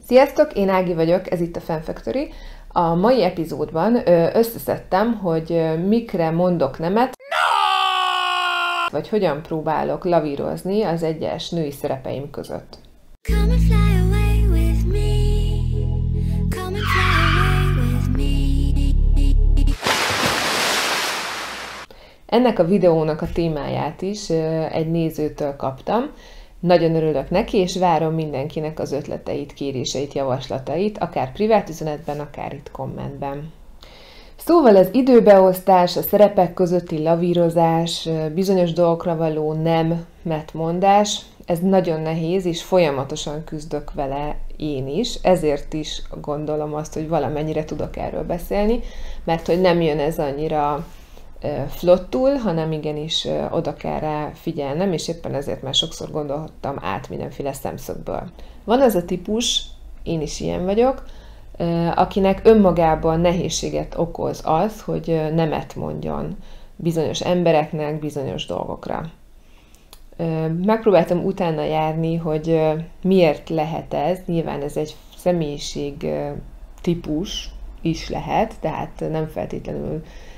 Sziasztok, én Ági vagyok, ez itt a Fan Factory. A mai epizódban összeszedtem, hogy mikre mondok nemet, vagy hogyan próbálok lavírozni az egyes női szerepeim között. Ennek a videónak a témáját is egy nézőtől kaptam. Nagyon örülök neki, és várom mindenkinek az ötleteit, kéréseit, javaslatait, akár privát üzenetben, akár itt kommentben. Szóval az időbeosztás, a szerepek közötti lavírozás, bizonyos dolgokra való nemetmondás, ez nagyon nehéz, és folyamatosan küzdök vele én is, ezért is gondolom azt, hogy valamennyire tudok erről beszélni, mert hogy nem jön ez annyira flottul, hanem igenis oda kell rá figyelnem, és éppen ezért már sokszor gondoltam át mindenféle szemszögből. Van az a típus, én is ilyen vagyok, akinek önmagában nehézséget okoz az, hogy nemet mondjon bizonyos embereknek, bizonyos dolgokra. Megpróbáltam utána járni, hogy miért lehet ez, nyilván ez egy személyiség típus is lehet, tehát nem feltétlenül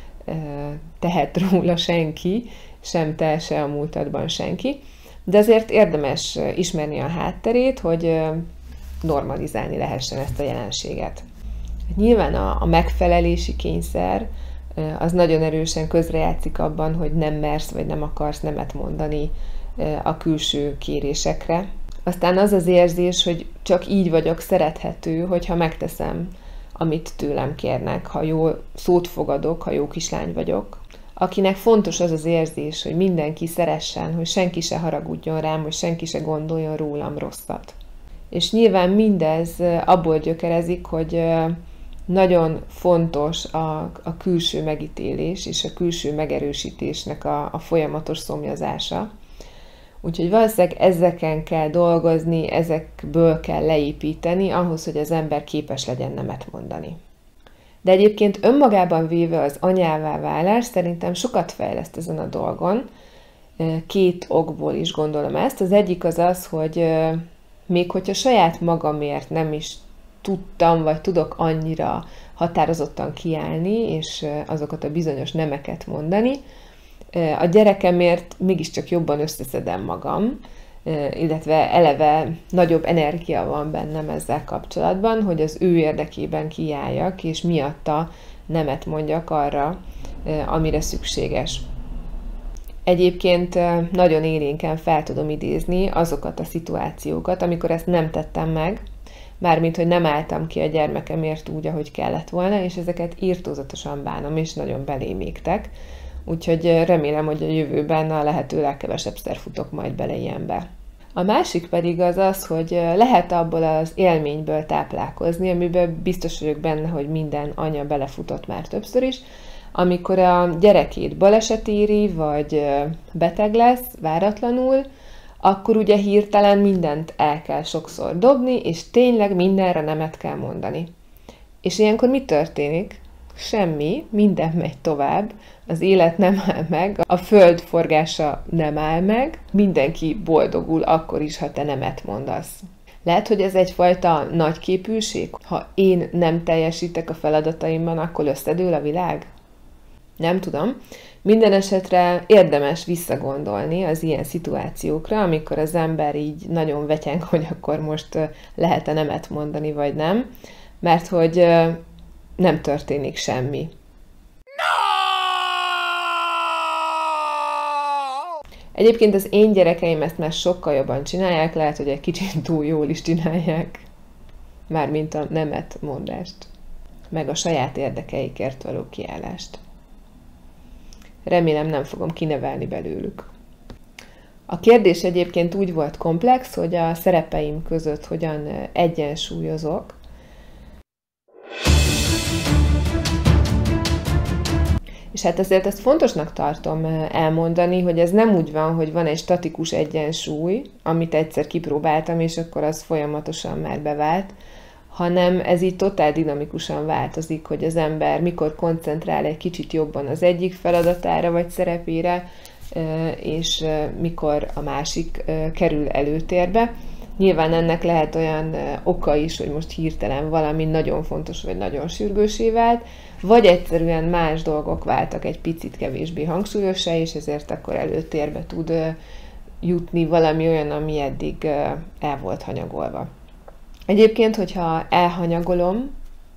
tehet róla senki, sem te, se a múltadban senki, de azért érdemes ismerni a hátterét, hogy normalizálni lehessen ezt a jelenséget. Nyilván a megfelelési kényszer az nagyon erősen közrejátszik abban, hogy nem mersz vagy nem akarsz nemet mondani a külső kérésekre. Aztán az az érzés, hogy csak így vagyok szerethető, hogyha megteszem, amit tőlem kérnek, ha jó szót fogadok, ha jó kislány vagyok. Akinek fontos az az érzés, hogy mindenki szeressen, hogy senki se haragudjon rám, hogy senki se gondoljon rólam rosszat. És nyilván mindez abból gyökerezik, hogy nagyon fontos a külső megítélés és a külső megerősítésnek a folyamatos szomjazása. Úgyhogy valószínűleg ezeken kell dolgozni, ezekből kell leépíteni, ahhoz, hogy az ember képes legyen nemet mondani. De egyébként önmagában véve az anyává válás szerintem sokat fejleszt ezen a dolgon. Két okból is gondolom ezt. Az egyik az az, hogy még hogyha saját magamért nem is tudtam, vagy tudok annyira határozottan kiállni, és azokat a bizonyos nemeket mondani, a gyerekemért mégiscsak jobban összeszedem magam, illetve eleve nagyobb energia van bennem ezzel kapcsolatban, hogy az ő érdekében kiálljak, és miatta nemet mondjak arra, amire szükséges. Egyébként nagyon élénken fel tudom idézni azokat a szituációkat, amikor ezt nem tettem meg, mármint, hogy nem álltam ki a gyermekemért úgy, ahogy kellett volna, és ezeket irtózatosan bánom, és nagyon belém égtek. Úgyhogy remélem, hogy a jövőben a lehető legkevesebbszer futok majd bele ilyenbe. A másik pedig az, hogy lehet abból az élményből táplálkozni, amiben biztos vagyok benne, hogy minden anya belefutott már többször is, amikor a gyerekét baleset éri, vagy beteg lesz váratlanul, akkor ugye hirtelen mindent el kell sokszor dobni, és tényleg mindenre nemet kell mondani. És ilyenkor mi történik? Semmi, minden megy tovább, az élet nem áll meg, a föld forgása nem áll meg, mindenki boldogul akkor is, ha te nemet mondasz. Lehet, hogy ez egyfajta nagyképűség? Ha én nem teljesítek a feladataimban, akkor összedől a világ? Nem tudom. Minden esetre érdemes visszagondolni az ilyen szituációkra, amikor az ember így nagyon vetyeng, hogy akkor most lehet-e nemet mondani, vagy nem, mert hogy nem történik semmi. Egyébként az én gyerekeim ezt már sokkal jobban csinálják, lehet, hogy egy kicsit túl jól is csinálják, mármint a nemet mondást, meg a saját érdekeikért való kiállást. Remélem nem fogom kinevelni belőlük. A kérdés egyébként úgy volt komplex, hogy a szerepeim között hogyan egyensúlyozok. És hát azért ezt fontosnak tartom elmondani, hogy ez nem úgy van, hogy van egy statikus egyensúly, amit egyszer kipróbáltam, és akkor az folyamatosan már bevált, hanem ez így totál dinamikusan változik, hogy az ember mikor koncentrál egy kicsit jobban az egyik feladatára vagy szerepére, és mikor a másik kerül előtérbe. Nyilván ennek lehet olyan oka is, hogy most hirtelen valami nagyon fontos vagy nagyon sürgőssé vált, vagy egyszerűen más dolgok váltak egy picit kevésbé hangsúlyossá, és ezért akkor előtérbe tud jutni valami olyan, ami eddig el volt hanyagolva. Egyébként, hogyha elhanyagolom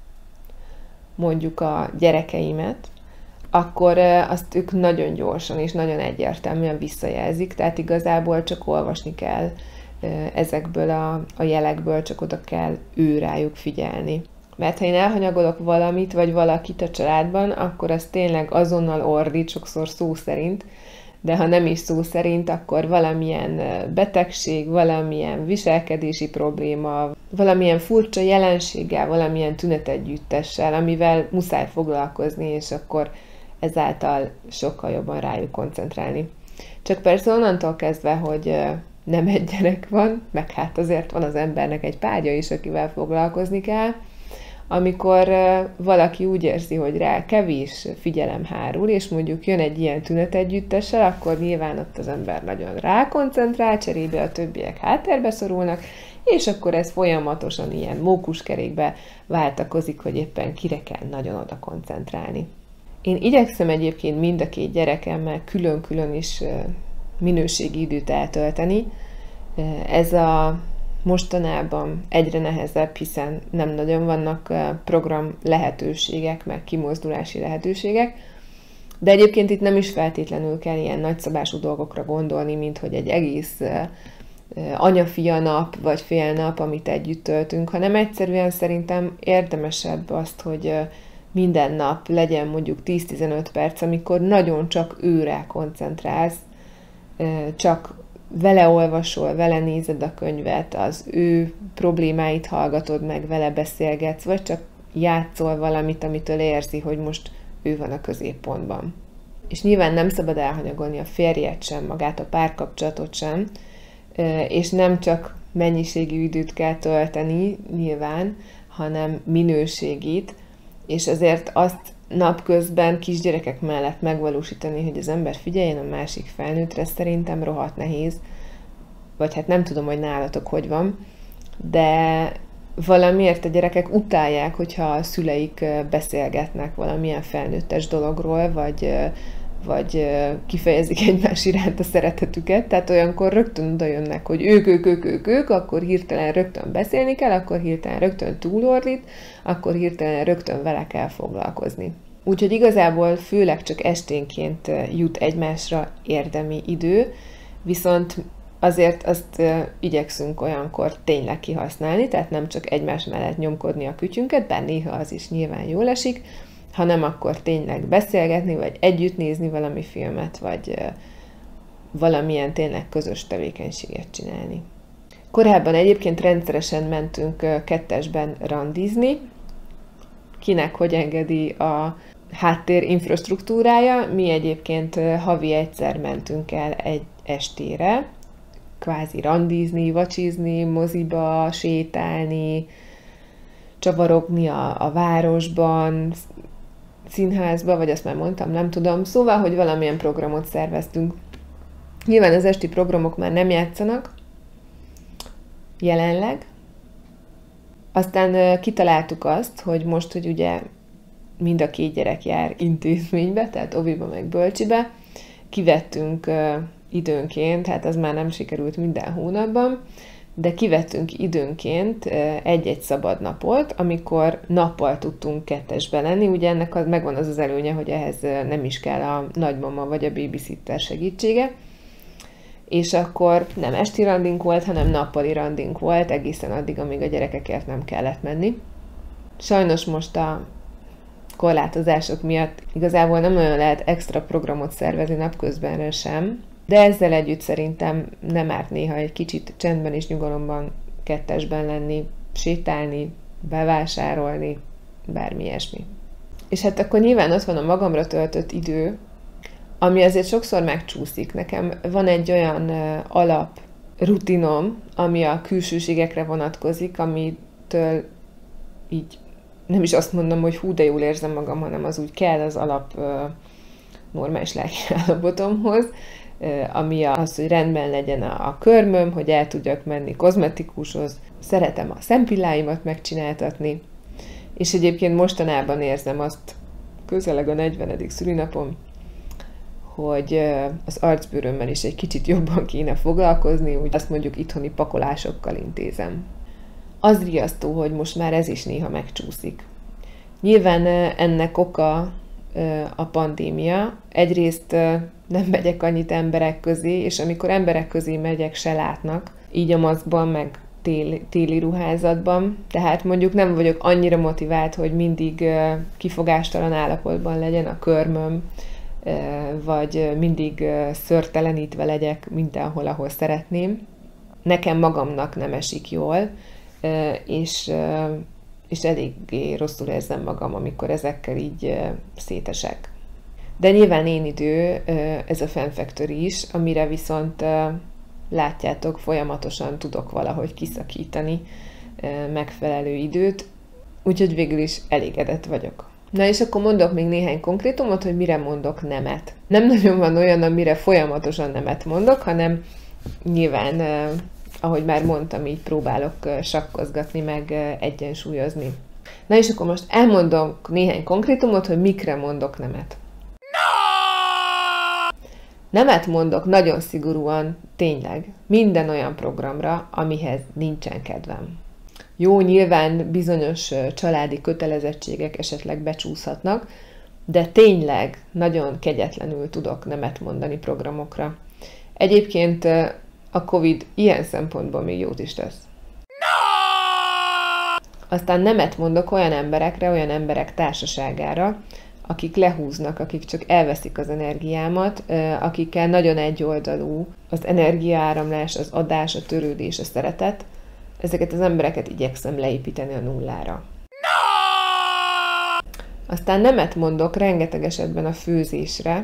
mondjuk a gyerekeimet, akkor azt ők nagyon gyorsan és nagyon egyértelműen visszajelzik, tehát igazából csak olvasni kell ezekből a jelekből, csak oda kell rájuk figyelni. Mert ha én elhanyagolok valamit, vagy valakit a családban, akkor az tényleg azonnal ordít, sokszor szó szerint, de ha nem is szó szerint, akkor valamilyen betegség, valamilyen viselkedési probléma, valamilyen furcsa jelenséggel, valamilyen tünetegyüttessel, amivel muszáj foglalkozni, és akkor ezáltal sokkal jobban rájuk koncentrálni. Csak persze onnantól kezdve, hogy nem egy gyerek van, meg hát azért van az embernek egy párja is, akivel foglalkozni kell, amikor valaki úgy érzi, hogy rá kevés figyelem hárul, és mondjuk jön egy ilyen tünetegyüttessel, akkor nyilván ott az ember nagyon rákoncentrál, cserébe a többiek háttérbe szorulnak, és akkor ez folyamatosan ilyen mókuskerékbe váltakozik, hogy éppen kire kell nagyon oda koncentrálni. Én igyekszem egyébként mind a két gyerekemmel külön-külön is minőségi időt eltölteni. Ez a mostanában egyre nehezebb, hiszen nem nagyon vannak program lehetőségek, meg kimozdulási lehetőségek, de egyébként itt nem is feltétlenül kell ilyen nagyszabású dolgokra gondolni, mint hogy egy egész anya-fia nap, vagy fél nap, amit együtt töltünk, hanem egyszerűen szerintem érdemesebb azt, hogy minden nap legyen mondjuk 10-15 perc, amikor nagyon csak őre koncentrálsz, csak vele olvasol, vele nézed a könyvet, az ő problémáit hallgatod meg, vele beszélgetsz, vagy csak játszol valamit, amitől érzi, hogy most ő van a középpontban. És nyilván nem szabad elhanyagolni a férjet sem, magát a párkapcsolatot sem, és nem csak mennyiségi időt kell tölteni nyilván, hanem minőségit, és azért azt napközben kisgyerekek mellett megvalósítani, hogy az ember figyeljen a másik felnőttre, szerintem rohadt nehéz, vagy hát nem tudom, hogy nálatok hogy van, de valamiért a gyerekek utálják, hogyha a szüleik beszélgetnek valamilyen felnőttes dologról, vagy kifejezik egymás iránt a szeretetüket, tehát olyankor rögtön oda jönnek, hogy ők, akkor hirtelen rögtön beszélni kell, akkor hirtelen rögtön túlordít, akkor hirtelen rögtön vele kell foglalkozni. Úgyhogy igazából főleg csak esténként jut egymásra érdemi idő, viszont azért azt igyekszünk olyankor tényleg kihasználni, tehát nem csak egymás mellett nyomkodni a kütyünket, bár néha az is nyilván jól esik, hanem akkor tényleg beszélgetni, vagy együtt nézni valami filmet, vagy valamilyen tényleg közös tevékenységet csinálni. Korábban egyébként rendszeresen mentünk kettesben randizni, kinek hogy engedi a háttér infrastruktúrája. Mi egyébként havi egyszer mentünk el egy estére, kvázi randizni, vacsizni, moziba, sétálni, csavarogni a városban, színházba, vagy azt már mondtam, nem tudom. Szóval, hogy valamilyen programot szerveztünk. Nyilván az esti programok már nem játszanak, jelenleg. Aztán kitaláltuk azt, hogy most, hogy ugye mind a két gyerek jár intézménybe, tehát oviba meg bölcsibe, kivettünk időnként, hát az már nem sikerült minden hónapban, de kivettünk időnként egy-egy szabad napot, amikor nappal tudtunk kettesbe lenni. Ugye ennek megvan az az előnye, hogy ehhez nem is kell a nagymama vagy a babysitter segítsége. És akkor nem esti randink volt, hanem nappali randink volt, egészen addig, amíg a gyerekekért nem kellett menni. Sajnos most a korlátozások miatt igazából nem nagyon lehet extra programot szervezni napközbenre sem, de ezzel együtt szerintem nem árt néha egy kicsit csendben és nyugalomban kettesben lenni, sétálni, bevásárolni, bármi ilyesmi. És hát akkor nyilván ott van a magamra töltött idő, ami azért sokszor megcsúszik. Nekem van egy olyan alap rutinom, ami a külsőségekre vonatkozik, amitől így nem is azt mondom, hogy hú, de jól érzem magam, hanem az úgy kell az alap normális lelki állapotomhoz. ami az, hogy rendben legyen a körmöm, hogy el tudjak menni kozmetikushoz. Szeretem a szempilláimat megcsináltatni, és egyébként mostanában érzem azt, közeleg a 40. szülinapom, hogy az arcbőrömmel is egy kicsit jobban kéne foglalkozni, úgy azt mondjuk itthoni pakolásokkal intézem. Az riasztó, hogy most már ez is néha megcsúszik. Nyilván ennek oka a pandémia. Egyrészt nem megyek annyit emberek közé, és amikor emberek közé megyek, se látnak, így a maszkban, meg téli ruházatban. Tehát mondjuk nem vagyok annyira motivált, hogy mindig kifogástalan állapotban legyen a körmöm, vagy mindig szőrtelenítve legyek mindenhol, ahol szeretném. Nekem magamnak nem esik jól, és eléggé rosszul érzem magam, amikor ezekkel így szétesek. De nyilván én idő, ez a Fan Factory is, amire viszont látjátok, folyamatosan tudok valahogy kiszakítani megfelelő időt, úgyhogy végül is elégedett vagyok. Na és akkor mondok még néhány konkrétumot, hogy mire mondok nemet. Nem nagyon van olyan, amire folyamatosan nemet mondok, hanem nyilván, ahogy már mondtam, így próbálok sakkozgatni, meg egyensúlyozni. Na és akkor most elmondok néhány konkrétumot, hogy mikre mondok nemet. Nemet mondok nagyon szigorúan, tényleg, minden olyan programra, amihez nincsen kedvem. Jó, nyilván bizonyos családi kötelezettségek esetleg becsúszhatnak, de tényleg nagyon kegyetlenül tudok nemet mondani programokra. Egyébként a Covid ilyen szempontból még jót is tesz. Aztán nemet mondok olyan emberekre, olyan emberek társaságára, akik lehúznak, akik csak elveszik az energiámat, akikkel nagyon egyoldalú az energiaáramlás, az adás, a törődés, a szeretet. Ezeket az embereket igyekszem leépíteni a nullára. Aztán nemet mondok rengeteg esetben a főzésre.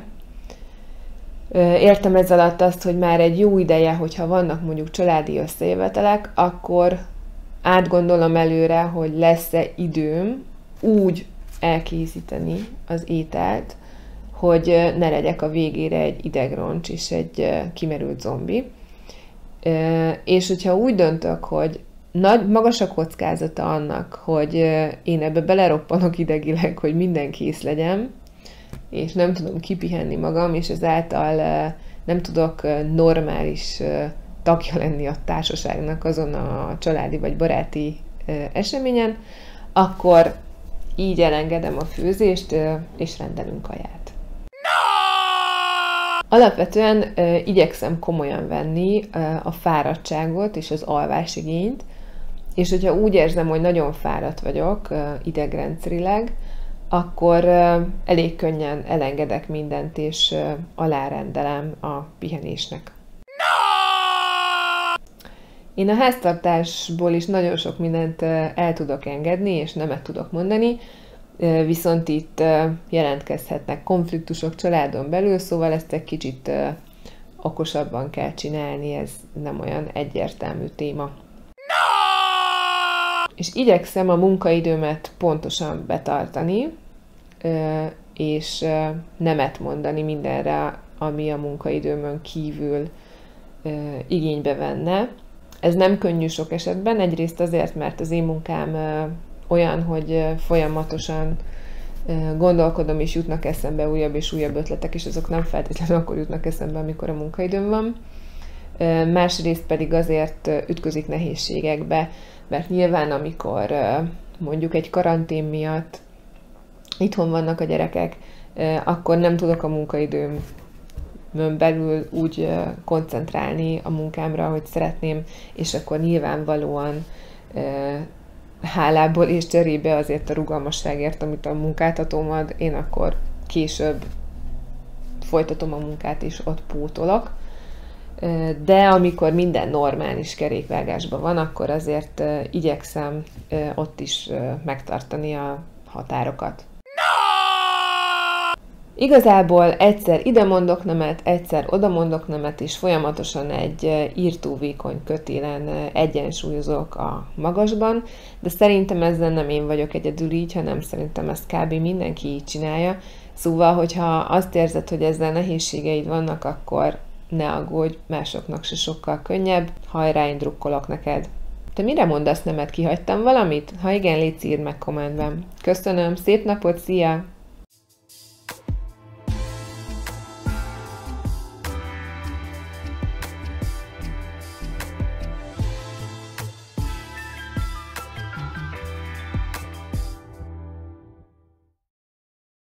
Értem ez alatt azt, hogy már egy jó ideje, hogyha vannak mondjuk családi összejövetelek, akkor átgondolom előre, hogy lesz-e időm úgy elkészíteni az ételt, hogy ne legyek a végére egy idegroncs és egy kimerült zombi. És hogyha úgy döntök, hogy magas a kockázata annak, hogy én ebbe beleroppanok idegileg, hogy minden kész legyen, és nem tudom kipihenni magam, és ezáltal nem tudok normális tagja lenni a társaságnak azon a családi vagy baráti eseményen, akkor így elengedem a főzést, és rendelünk kaját. Alapvetően igyekszem komolyan venni a fáradtságot és az alvásigényt, és hogyha úgy érzem, hogy nagyon fáradt vagyok idegrendszerileg, akkor elég könnyen elengedek mindent, és alárendelem a pihenésnek. Én a háztartásból is nagyon sok mindent el tudok engedni, és nemet tudok mondani, viszont itt jelentkezhetnek konfliktusok családon belül, szóval ezt egy kicsit okosabban kell csinálni, ez nem olyan egyértelmű téma. És igyekszem a munkaidőmet pontosan betartani, és nemet mondani mindenre, ami a munkaidőmön kívül igénybe venne. Ez nem könnyű sok esetben, egyrészt azért, mert az én munkám olyan, hogy folyamatosan gondolkodom, és jutnak eszembe újabb és újabb ötletek, és azok nem feltétlenül akkor jutnak eszembe, amikor a munkaidőm van. Másrészt pedig azért ütközik nehézségekbe, mert nyilván amikor mondjuk egy karantén miatt itthon vannak a gyerekek, akkor nem tudok a munkaidőmön belül úgy koncentrálni a munkámra, hogy szeretném, és akkor nyilvánvalóan hálából és cserébe azért a rugalmasságért, amit a munkáltatóm ad, én akkor később folytatom a munkát, és ott pótolok. De amikor minden normális kerékvágásban van, akkor azért igyekszem ott is megtartani a határokat. Igazából egyszer ide mondok nemet, egyszer oda mondok nemet, és folyamatosan egy írtóvékony kötélen egyensúlyozok a magasban, de szerintem ezzel nem én vagyok egyedül így, hanem szerintem ezt kb. Mindenki így csinálja. Szóval, hogyha azt érzed, hogy ezzel nehézségeid vannak, akkor ne aggódj, másoknak se sokkal könnyebb. Hajrá, én drukkolok neked! Te mire mondasz nemet? Kihagytam valamit? Ha igen, légy írd meg kommentben. Köszönöm, szép napot, szia!